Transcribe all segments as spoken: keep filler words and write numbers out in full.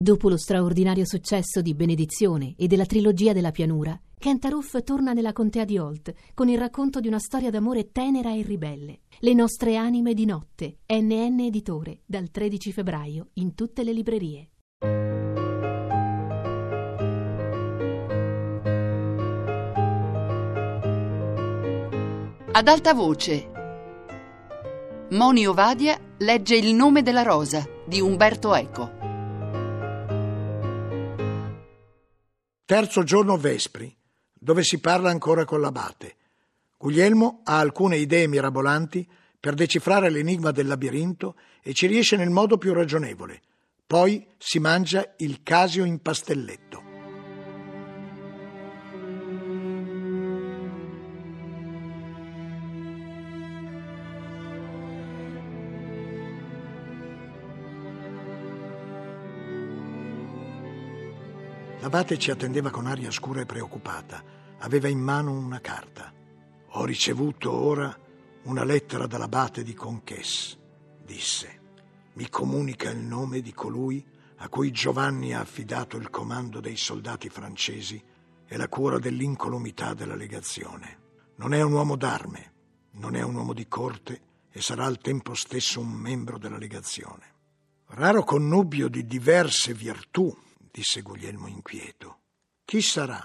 Dopo lo straordinario successo di Benedizione e della trilogia della pianura, Kent Aruf torna nella contea di Holt con il racconto di una storia d'amore tenera e ribelle. Le nostre anime di notte, N N Editore, dal tredici febbraio in tutte le librerie. Ad alta voce, Moni Ovadia legge Il nome della rosa di Umberto Eco. Terzo giorno vespri, dove si parla ancora con l'abate. Guglielmo ha alcune idee mirabolanti per decifrare l'enigma del labirinto e ci riesce nel modo più ragionevole. Poi si mangia il casio in pastelletto. L'abate ci attendeva con aria scura e preoccupata. Aveva in mano una carta. «Ho ricevuto ora una lettera dall'abate di Conques», disse. «Mi comunica il nome di colui a cui Giovanni ha affidato il comando dei soldati francesi e la cura dell'incolumità della legazione. Non è un uomo d'arme, non è un uomo di corte e sarà al tempo stesso un membro della legazione. Raro connubio di diverse virtù», disse Guglielmo inquieto. «Chi sarà?»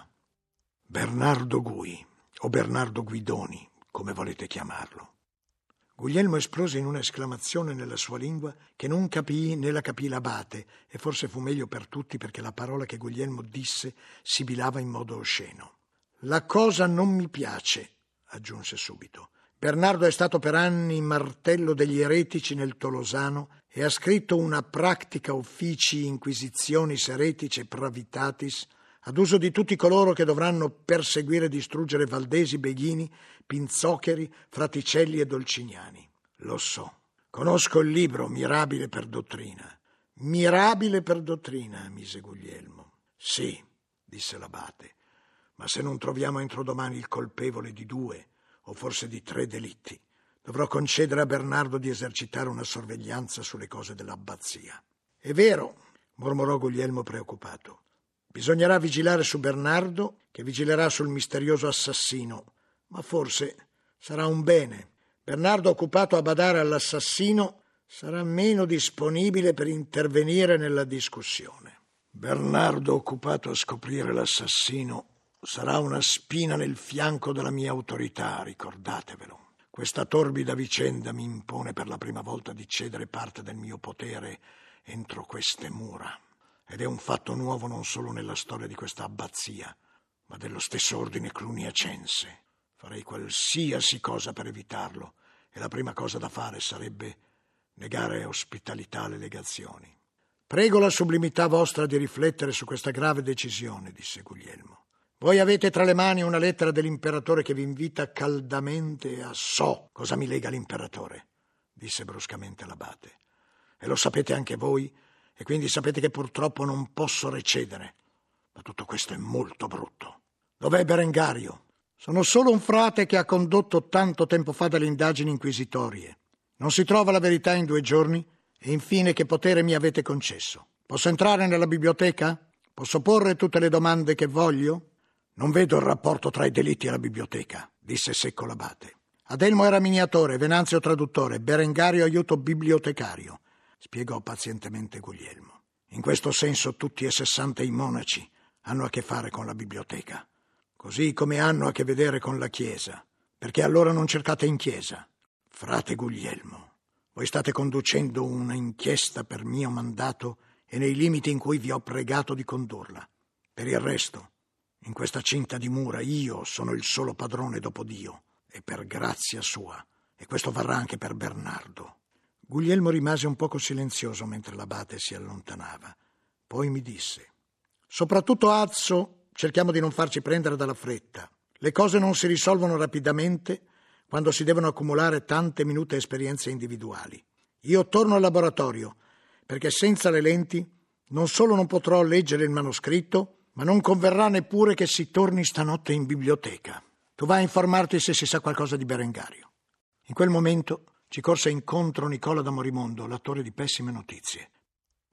«Bernardo Gui, o Bernardo Guidoni, come volete chiamarlo». Guglielmo esplose in un'esclamazione nella sua lingua che non capì né la capì l'abate, e forse fu meglio per tutti perché la parola che Guglielmo disse sibilava in modo osceno. «La cosa non mi piace», aggiunse subito. «Bernardo è stato per anni martello degli eretici nel Tolosano e ha scritto una practica officii inquisitionis eretice pravitatis ad uso di tutti coloro che dovranno perseguire e distruggere Valdesi, Beghini, Pinzocheri, Fraticelli e Dolcignani. Lo so, conosco il libro Mirabile per dottrina». «Mirabile per dottrina», mise Guglielmo. «Sì», disse l'abate, «ma se non troviamo entro domani il colpevole di due o forse di tre delitti, dovrò concedere a Bernardo di esercitare una sorveglianza sulle cose dell'abbazia». «È vero», mormorò Guglielmo preoccupato. «Bisognerà vigilare su Bernardo, che vigilerà sul misterioso assassino, ma forse sarà un bene. Bernardo, occupato a badare all'assassino, sarà meno disponibile per intervenire nella discussione. Bernardo, occupato a scoprire l'assassino, sarà una spina nel fianco della mia autorità, ricordatevelo. Questa torbida vicenda mi impone per la prima volta di cedere parte del mio potere entro queste mura. Ed è un fatto nuovo non solo nella storia di questa abbazia, ma dello stesso ordine cluniacense. Farei qualsiasi cosa per evitarlo, e la prima cosa da fare sarebbe negare ospitalità alle legazioni. Prego la sublimità vostra di riflettere su questa grave decisione», disse Guglielmo. «Voi avete tra le mani una lettera dell'imperatore che vi invita caldamente a...» «So cosa mi lega l'imperatore», disse bruscamente l'abate. «E lo sapete anche voi, e quindi sapete che purtroppo non posso recedere. Ma tutto questo è molto brutto. Dov'è Berengario?» «Sono solo un frate che ha condotto tanto tempo fa delle indagini inquisitorie. Non si trova la verità in due giorni? E infine che potere mi avete concesso? Posso entrare nella biblioteca? Posso porre tutte le domande che voglio?» «Non vedo il rapporto tra i delitti e la biblioteca», disse secco l'abate. «Adelmo era miniatore, Venanzio traduttore, Berengario aiuto bibliotecario», spiegò pazientemente Guglielmo. «In questo senso tutti e sessanta i monaci hanno a che fare con la biblioteca, così come hanno a che vedere con la Chiesa. Perché allora non cercate in Chiesa? Frate Guglielmo, voi state conducendo una inchiesta per mio mandato e nei limiti in cui vi ho pregato di condurla. Per il resto, in questa cinta di mura io sono il solo padrone dopo Dio, e per grazia sua, e questo varrà anche per Bernardo». Guglielmo rimase un poco silenzioso mentre l'abate si allontanava. Poi mi disse: «Soprattutto, Azzo, cerchiamo di non farci prendere dalla fretta. Le cose non si risolvono rapidamente quando si devono accumulare tante minute esperienze individuali. Io torno al laboratorio, perché senza le lenti non solo non potrò leggere il manoscritto, ma non converrà neppure che si torni stanotte in biblioteca. Tu vai a informarti se si sa qualcosa di Berengario». In quel momento ci corse incontro Nicola da Morimondo, l'attore di Pessime Notizie.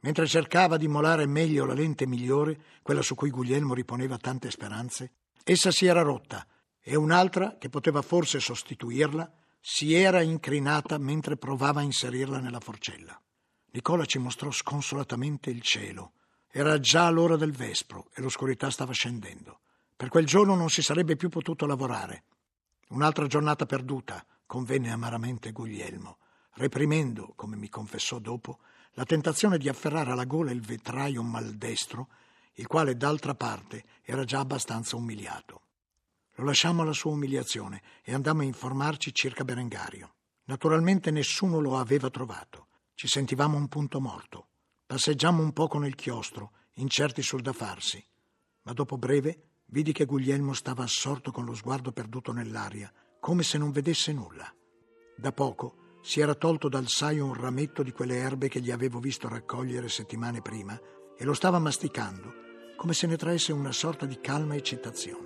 mentre cercava di immolare meglio la lente migliore, quella su cui Guglielmo riponeva tante speranze, essa si era rotta e un'altra, che poteva forse sostituirla, si era incrinata mentre provava a inserirla nella forcella. Nicola ci mostrò sconsolatamente il cielo. Era già l'ora del vespro e l'oscurità stava scendendo. Per quel giorno non si sarebbe più potuto lavorare. Un'altra giornata perduta, convenne amaramente Guglielmo, reprimendo, come mi confessò dopo, la tentazione di afferrare alla gola il vetraio maldestro, il quale d'altra parte era già abbastanza umiliato. Lo lasciammo alla sua umiliazione e andammo a informarci circa Berengario. Naturalmente nessuno lo aveva trovato. Ci sentivamo un punto morto. Passeggiammo un poco nel chiostro, incerti sul da farsi. Ma dopo breve vidi che Guglielmo stava assorto con lo sguardo perduto nell'aria, come se non vedesse nulla. Da poco si era tolto dal saio un rametto di quelle erbe che gli avevo visto raccogliere settimane prima e lo stava masticando, come se ne traesse una sorta di calma eccitazione.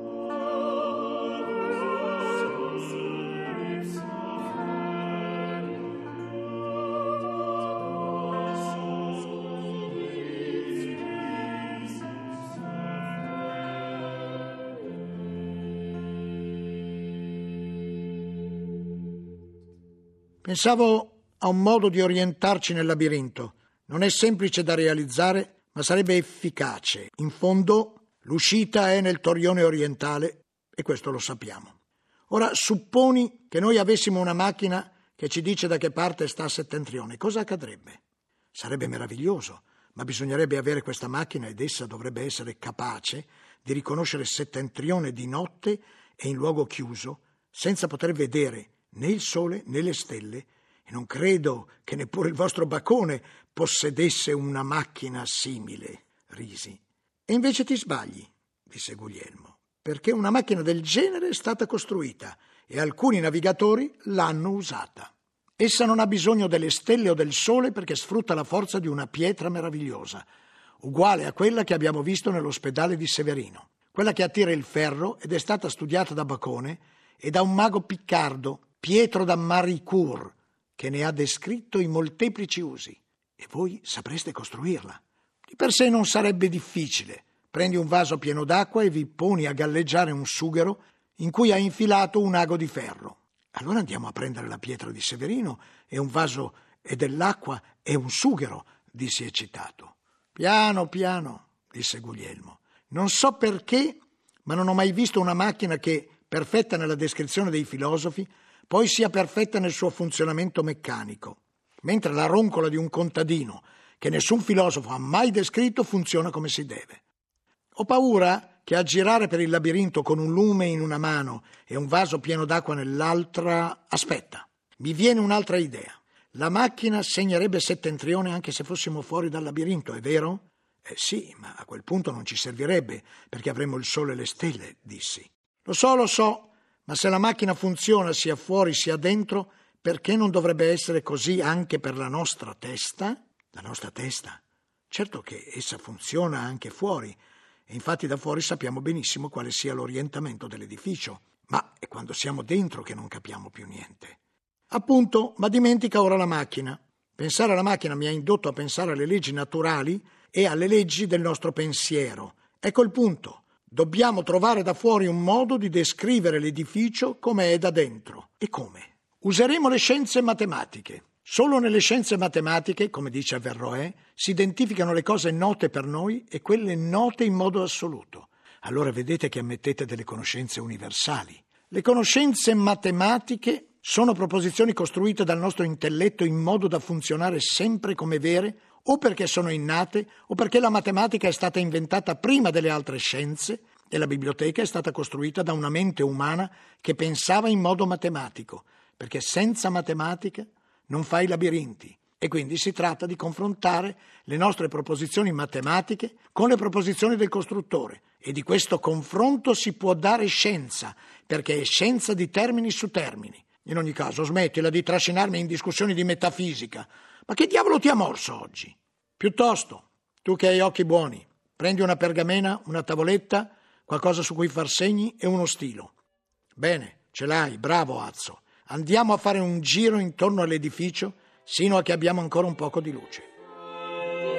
Pensavo a un modo di orientarci nel labirinto. Non è semplice da realizzare, ma sarebbe efficace. In fondo, l'uscita è nel torrione orientale, e questo lo sappiamo. Ora, supponi che noi avessimo una macchina che ci dice da che parte sta Settentrione. Cosa accadrebbe? Sarebbe meraviglioso, ma bisognerebbe avere questa macchina ed essa dovrebbe essere capace di riconoscere Settentrione di notte e in luogo chiuso, senza poter vedere né il sole né le stelle, e non credo che neppure il vostro Bacone possedesse una macchina simile, risi. E invece ti sbagli, disse Guglielmo, perché una macchina del genere è stata costruita e alcuni navigatori l'hanno usata. Essa non ha bisogno delle stelle o del sole perché sfrutta la forza di una pietra meravigliosa, uguale a quella che abbiamo visto nell'ospedale di Severino, quella che attira il ferro ed è stata studiata da Bacone e da un mago piccardo, Pietro da Maricourt, che ne ha descritto i molteplici usi. E voi sapreste costruirla. Di per sé non sarebbe difficile. Prendi un vaso pieno d'acqua e vi poni a galleggiare un sughero in cui hai infilato un ago di ferro. Allora andiamo a prendere la pietra di Severino e un vaso e dell'acqua e un sughero, dissi eccitato. Piano, piano, disse Guglielmo. Non so perché, ma non ho mai visto una macchina che, perfetta nella descrizione dei filosofi, poi sia perfetta nel suo funzionamento meccanico, mentre la roncola di un contadino, che nessun filosofo ha mai descritto, funziona come si deve. Ho paura che a girare per il labirinto con un lume in una mano e un vaso pieno d'acqua nell'altra... Aspetta, mi viene un'altra idea. La macchina segnerebbe Settentrione anche se fossimo fuori dal labirinto, è vero? Eh sì, ma a quel punto non ci servirebbe, perché avremmo il sole e le stelle, dissi. Lo so, lo so. Ma se la macchina funziona sia fuori sia dentro, perché non dovrebbe essere così anche per la nostra testa? La nostra testa? Certo che essa funziona anche fuori, e infatti da fuori sappiamo benissimo quale sia l'orientamento dell'edificio, ma è quando siamo dentro che non capiamo più niente. Appunto, ma dimentica ora la macchina. Pensare alla macchina mi ha indotto a pensare alle leggi naturali e alle leggi del nostro pensiero. Ecco il punto. Dobbiamo trovare da fuori un modo di descrivere l'edificio come è da dentro. E come? Useremo le scienze matematiche. Solo nelle scienze matematiche, come dice Averroè, si identificano le cose note per noi e quelle note in modo assoluto. Allora vedete che ammettete delle conoscenze universali. Le conoscenze matematiche sono proposizioni costruite dal nostro intelletto in modo da funzionare sempre come vere, o perché sono innate, o perché la matematica è stata inventata prima delle altre scienze e la biblioteca è stata costruita da una mente umana che pensava in modo matematico, perché senza matematica non fai labirinti. E quindi si tratta di confrontare le nostre proposizioni matematiche con le proposizioni del costruttore. E di questo confronto si può dare scienza, perché è scienza di termini su termini. In ogni caso, smettila di trascinarmi in discussioni di metafisica. Ma che diavolo ti ha morso oggi? Piuttosto, tu che hai occhi buoni, prendi una pergamena, una tavoletta, qualcosa su cui far segni e uno stilo. Bene, ce l'hai, bravo Azzo. Andiamo a fare un giro intorno all'edificio, sino a che abbiamo ancora un poco di luce.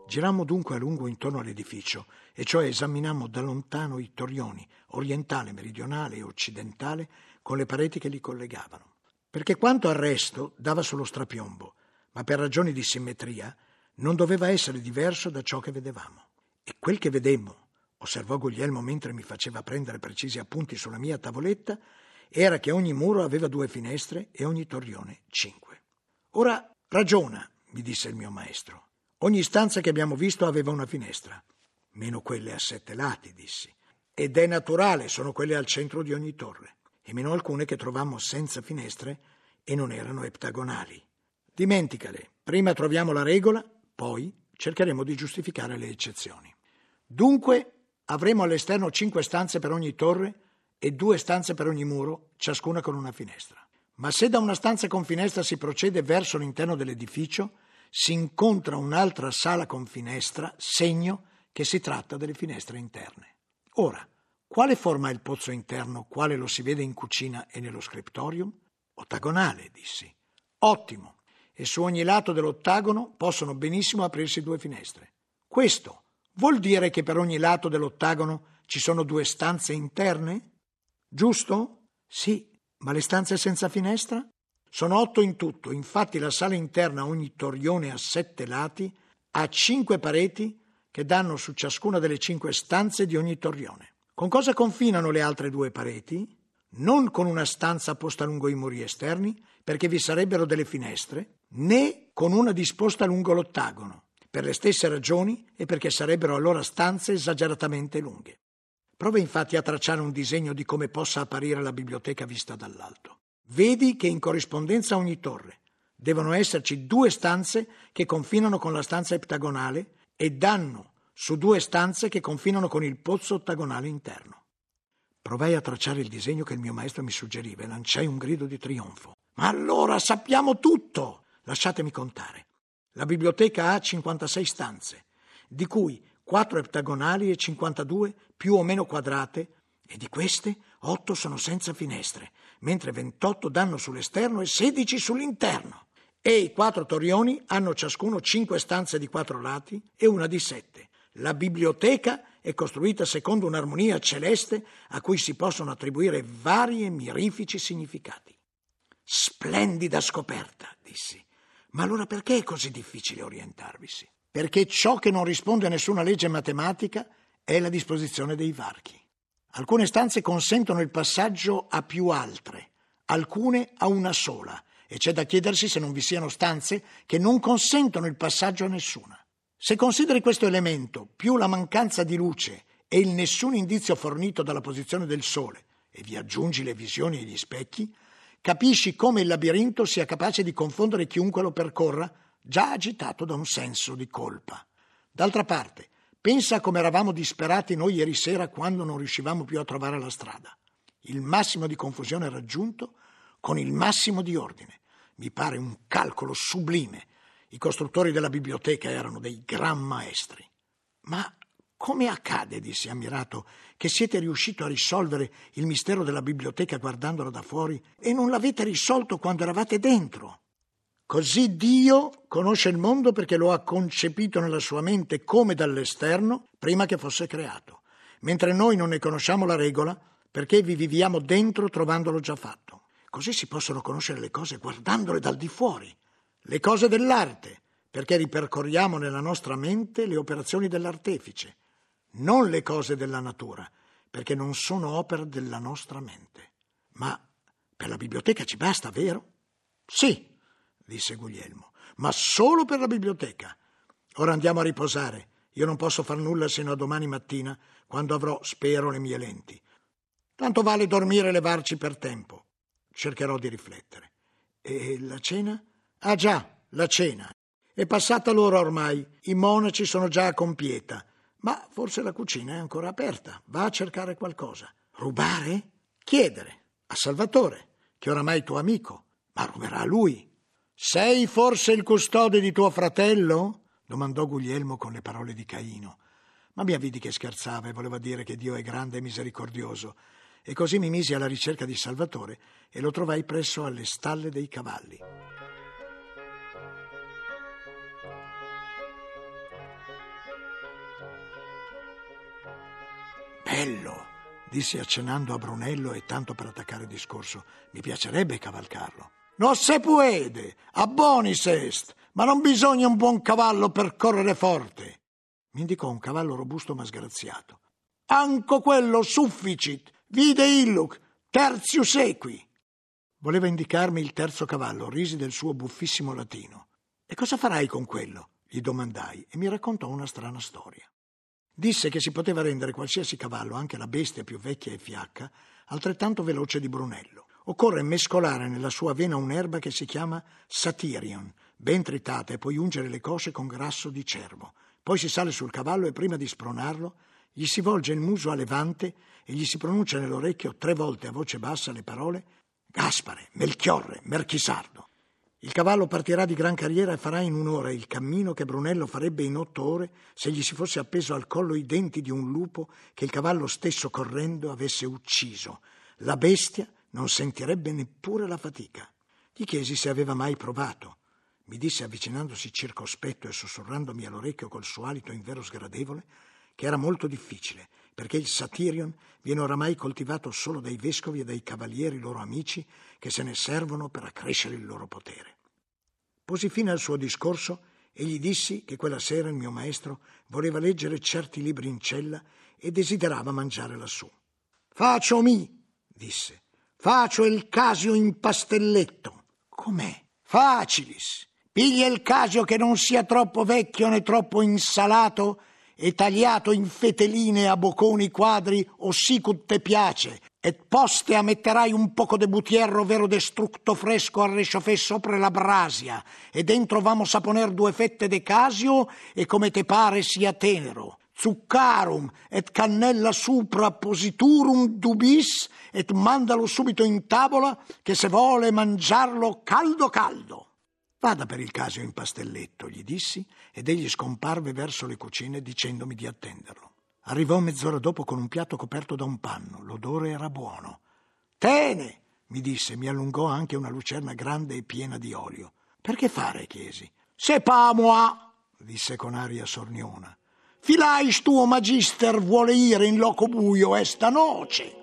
Girammo dunque a lungo intorno all'edificio, e cioè esaminammo da lontano i torrioni, orientale, meridionale e occidentale, con le pareti che li collegavano. Perché quanto al resto dava sullo strapiombo, ma per ragioni di simmetria non doveva essere diverso da ciò che vedevamo. E quel che vedemmo, osservò Guglielmo mentre mi faceva prendere precisi appunti sulla mia tavoletta, era che ogni muro aveva due finestre e ogni torrione cinque. Ora ragiona, mi disse il mio maestro. Ogni stanza che abbiamo visto aveva una finestra, meno quelle a sette lati, dissi. Ed è naturale, sono quelle al centro di ogni torre, e meno alcune che trovammo senza finestre e non erano eptagonali. Dimenticale, prima troviamo la regola, poi cercheremo di giustificare le eccezioni. Dunque avremo all'esterno cinque stanze per ogni torre e due stanze per ogni muro, ciascuna con una finestra. Ma se da una stanza con finestra si procede verso l'interno dell'edificio, si incontra un'altra sala con finestra, segno che si tratta delle finestre interne. Ora, quale forma ha il pozzo interno, quale lo si vede in cucina e nello scriptorium? Ottagonale, dissi. Ottimo, e su ogni lato dell'ottagono possono benissimo aprirsi due finestre. Questo vuol dire che per ogni lato dell'ottagono ci sono due stanze interne? Giusto? Sì, ma le stanze senza finestra? Sono otto in tutto, infatti la sala interna, ogni torrione a sette lati, ha cinque pareti che danno su ciascuna delle cinque stanze di ogni torrione. Con cosa confinano le altre due pareti? Non con una stanza posta lungo i muri esterni, perché vi sarebbero delle finestre, né con una disposta lungo l'ottagono, per le stesse ragioni e perché sarebbero allora stanze esageratamente lunghe. Prova infatti a tracciare un disegno di come possa apparire la biblioteca vista dall'alto. Vedi che in corrispondenza a ogni torre devono esserci due stanze che confinano con la stanza eptagonale e danno su due stanze che confinano con il pozzo ottagonale interno. Provai a tracciare il disegno che il mio maestro mi suggeriva e lanciai un grido di trionfo. Ma allora sappiamo tutto! Lasciatemi contare. La biblioteca ha cinquantasei stanze, di cui quattro eptagonali e cinquantadue più o meno quadrate, e di queste otto sono senza finestre, mentre ventotto danno sull'esterno e sedici sull'interno. E i quattro torrioni hanno ciascuno cinque stanze di quattro lati e una di sette. La biblioteca è costruita secondo un'armonia celeste a cui si possono attribuire vari e mirifici significati. Splendida scoperta, dissi. Ma allora perché è così difficile orientarvisi? Perché ciò che non risponde a nessuna legge matematica è la disposizione dei varchi. Alcune stanze consentono il passaggio a più altre, alcune a una sola, e c'è da chiedersi se non vi siano stanze che non consentono il passaggio a nessuna. Se consideri questo elemento, più la mancanza di luce e il nessun indizio fornito dalla posizione del sole, e vi aggiungi le visioni e gli specchi, capisci come il labirinto sia capace di confondere chiunque lo percorra, già agitato da un senso di colpa. D'altra parte, pensa come eravamo disperati noi ieri sera quando non riuscivamo più a trovare la strada. Il massimo di confusione raggiunto con il massimo di ordine. Mi pare un calcolo sublime. I costruttori della biblioteca erano dei gran maestri. Ma come accade, dissi ammirato, che siete riuscito a risolvere il mistero della biblioteca guardandola da fuori e non l'avete risolto quando eravate dentro? Così Dio conosce il mondo perché lo ha concepito nella sua mente come dall'esterno prima che fosse creato, mentre noi non ne conosciamo la regola perché vi viviamo dentro trovandolo già fatto. Così si possono conoscere le cose guardandole dal di fuori, le cose dell'arte, perché ripercorriamo nella nostra mente le operazioni dell'artefice, non le cose della natura, perché non sono opera della nostra mente. Ma per la biblioteca ci basta, vero? Sì, disse Guglielmo, ma solo per la biblioteca. Ora andiamo a riposare. Io non posso far nulla sino a domani mattina, quando avrò, spero, le mie lenti. Tanto vale dormire e levarci per tempo. Cercherò di riflettere. E la cena? Ah già, la cena. È passata l'ora ormai. I monaci sono già a compieta. Ma forse la cucina è ancora aperta. Va a cercare qualcosa. Rubare? Chiedere. A Salvatore, che oramai è tuo amico. Ma ruberà lui. Sei forse il custode di tuo fratello? Domandò Guglielmo con le parole di Caino. Ma mi avvidi che scherzava e voleva dire che Dio è grande e misericordioso. E così mi misi alla ricerca di Salvatore e lo trovai presso alle stalle dei cavalli. Bello, dissi accennando a Brunello e tanto per attaccare il discorso. Mi piacerebbe cavalcarlo. Non se puede, a bonis est, ma non bisogna un buon cavallo per correre forte. Mi indicò un cavallo robusto ma sgraziato. Anco quello sufficit, vide illuc, tertius equi. Voleva indicarmi il terzo cavallo, risi del suo buffissimo latino. E cosa farai con quello? Gli domandai e mi raccontò una strana storia. Disse che si poteva rendere qualsiasi cavallo, anche la bestia più vecchia e fiacca, altrettanto veloce di Brunello. Occorre mescolare nella sua vena un'erba che si chiama Satyrion, ben tritata, e poi ungere le cosce con grasso di cervo. Poi si sale sul cavallo e prima di spronarlo gli si volge il muso a levante e gli si pronuncia nell'orecchio tre volte a voce bassa le parole Gaspare, Melchiorre, Merchisardo. Il cavallo partirà di gran carriera e farà in un'ora il cammino che Brunello farebbe in otto ore se gli si fosse appeso al collo i denti di un lupo che il cavallo stesso correndo avesse ucciso. La bestia non sentirebbe neppure la fatica. Gli chiesi se aveva mai provato. Mi disse, avvicinandosi circospetto e sussurrandomi all'orecchio col suo alito invero sgradevole, che era molto difficile, perché il Satyrion viene oramai coltivato solo dai vescovi e dai cavalieri loro amici che se ne servono per accrescere il loro potere. Posi fine al suo discorso e gli dissi che quella sera il mio maestro voleva leggere certi libri in cella e desiderava mangiare lassù. «Faccio mi», disse, «faccio il casio in pastelletto». «Com'è?» «Facilis. Piglia il casio che non sia troppo vecchio né troppo insalato e tagliato in feteline a bocconi quadri o sicut te piace, et poste a metterai un poco de butierro vero de structo fresco al resciofè sopra la brasia, e dentro vamos a poner due fette de casio e come te pare sia tenero, zuccarum et cannella supra positurum dubis, et mandalo subito in tavola che se vuole mangiarlo caldo caldo. Vada per il casio in pastelletto, gli dissi, ed egli scomparve verso le cucine dicendomi di attenderlo. Arrivò mezz'ora dopo con un piatto coperto da un panno. L'odore era buono. «Tene», mi disse, mi allungò anche una lucerna grande e piena di olio. «Perché fare?» chiesi. «C'est pas moi», disse con aria sorniona. «Filais tuo magister vuole ire in loco buio esta noce».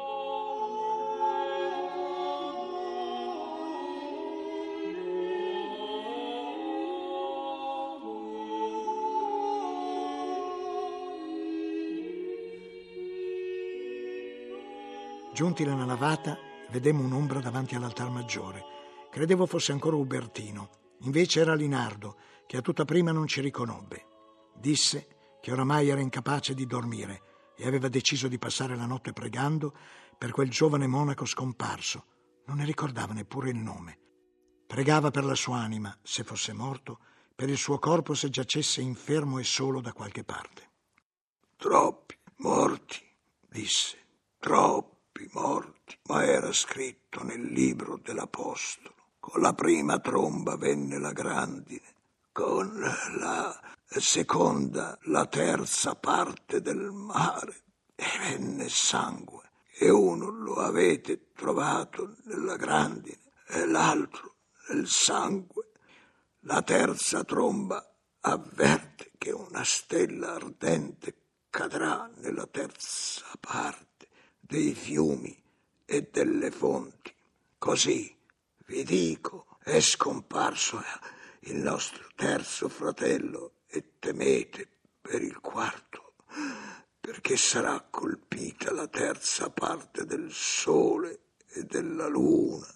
Giunti nella navata, vedemmo un'ombra davanti all'altar maggiore. Credevo fosse ancora Ubertino. Invece era Linardo, che a tutta prima non ci riconobbe. Disse che oramai era incapace di dormire e aveva deciso di passare la notte pregando per quel giovane monaco scomparso. Non ne ricordava neppure il nome. Pregava per la sua anima, se fosse morto, per il suo corpo se giacesse infermo e solo da qualche parte. «Troppi morti», disse, «troppi morti, ma era scritto nel libro dell'Apostolo. Con la prima tromba venne la grandine, con la seconda la terza parte del mare e venne sangue, e uno lo avete trovato nella grandine e l'altro nel sangue. La terza tromba avverte che una stella ardente cadrà nella terza parte dei fiumi e delle fonti. Così, vi dico, è scomparso il nostro terzo fratello e temete per il quarto, perché sarà colpita la terza parte del sole e della luna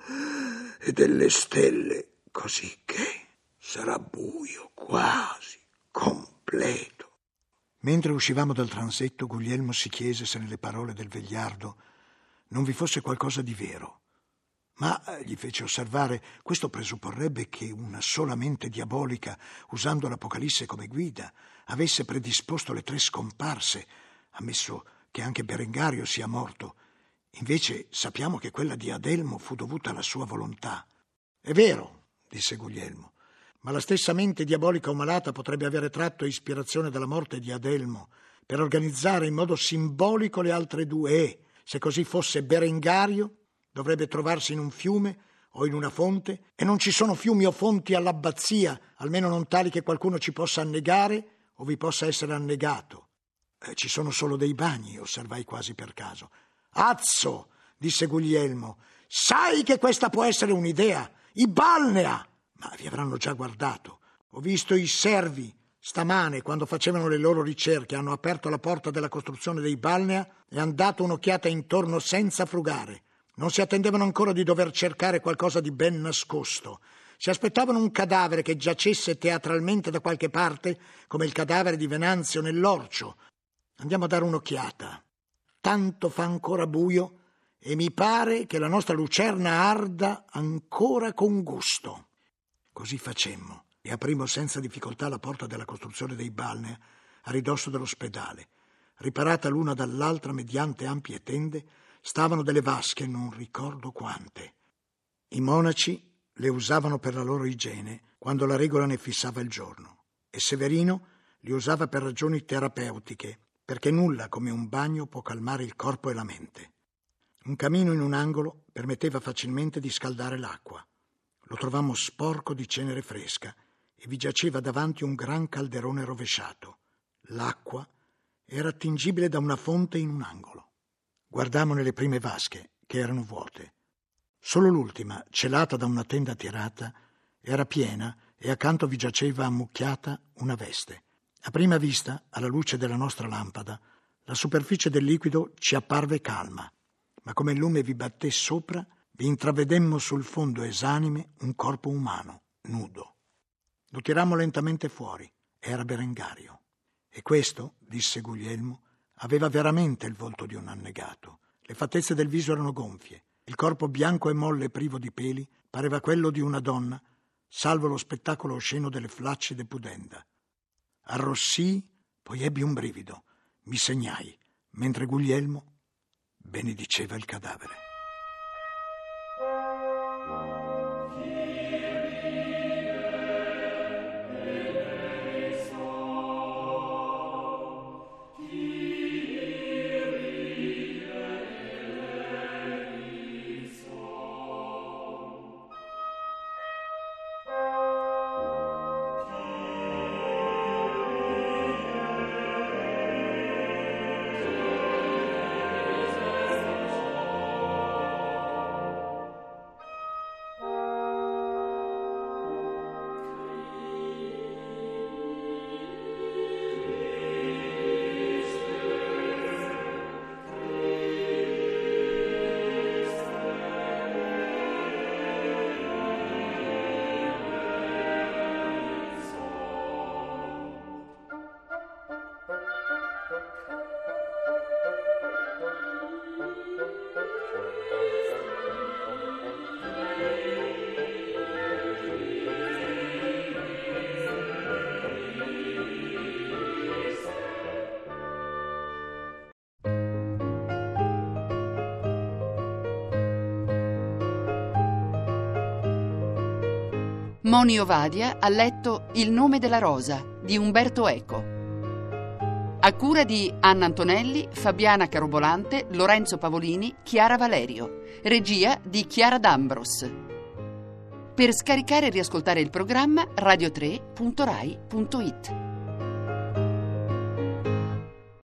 e delle stelle, così che sarà buio quasi completo». Mentre uscivamo dal transetto, Guglielmo si chiese se nelle parole del vegliardo non vi fosse qualcosa di vero. Ma, gli fece osservare, questo presupporrebbe che una sola mente diabolica, usando l'Apocalisse come guida, avesse predisposto le tre scomparse, ammesso che anche Berengario sia morto. Invece sappiamo che quella di Adelmo fu dovuta alla sua volontà. «È vero», disse Guglielmo, «ma la stessa mente diabolica o malata potrebbe avere tratto ispirazione dalla morte di Adelmo per organizzare in modo simbolico le altre due e, se così fosse, Berengario dovrebbe trovarsi in un fiume o in una fonte, e non ci sono fiumi o fonti all'abbazia, almeno non tali che qualcuno ci possa annegare o vi possa essere annegato. Eh, ci sono solo dei bagni, osservai quasi per caso. Azzo, disse Guglielmo, sai che questa può essere un'idea? I balnea! Ma vi avranno già guardato. Ho visto i servi stamane, quando facevano le loro ricerche, hanno aperto la porta della costruzione dei balnea e hanno dato un'occhiata intorno senza frugare. Non si attendevano ancora di dover cercare qualcosa di ben nascosto. Si aspettavano un cadavere che giacesse teatralmente da qualche parte, come il cadavere di Venanzio nell'Orcio. Andiamo a dare un'occhiata. Tanto fa ancora buio e mi pare che la nostra lucerna arda ancora con gusto. Così facemmo e aprimmo senza difficoltà la porta della costruzione dei balnea a ridosso dell'ospedale. Riparata l'una dall'altra mediante ampie tende, stavano delle vasche, non ricordo quante. I monaci le usavano per la loro igiene quando la regola ne fissava il giorno e Severino li usava per ragioni terapeutiche, perché nulla come un bagno può calmare il corpo e la mente. Un camino in un angolo permetteva facilmente di scaldare l'acqua. Lo trovammo sporco di cenere fresca e vi giaceva davanti un gran calderone rovesciato. L'acqua era attingibile da una fonte in un angolo. Guardammo nelle prime vasche, che erano vuote. Solo l'ultima, celata da una tenda tirata, era piena e accanto vi giaceva ammucchiata una veste. A prima vista, alla luce della nostra lampada, la superficie del liquido ci apparve calma, ma come il lume vi batté sopra, vi intravedemmo sul fondo esanime un corpo umano, nudo. Lo tirammo lentamente fuori. Era Berengario. E questo, disse Guglielmo, aveva veramente il volto di un annegato. Le fattezze del viso erano gonfie. Il corpo bianco e molle privo di peli pareva quello di una donna, salvo lo spettacolo osceno delle flaccide pudenda. Arrossii, poi ebbi un brivido. Mi segnai, mentre Guglielmo benediceva il cadavere. Monio Vadia ha letto Il nome della rosa di Umberto Eco, a cura di Anna Antonelli, Fabiana Carobolante, Lorenzo Pavolini, Chiara Valerio, regia di Chiara D'Ambros. Per scaricare e riascoltare il programma radio tre punto rai punto it.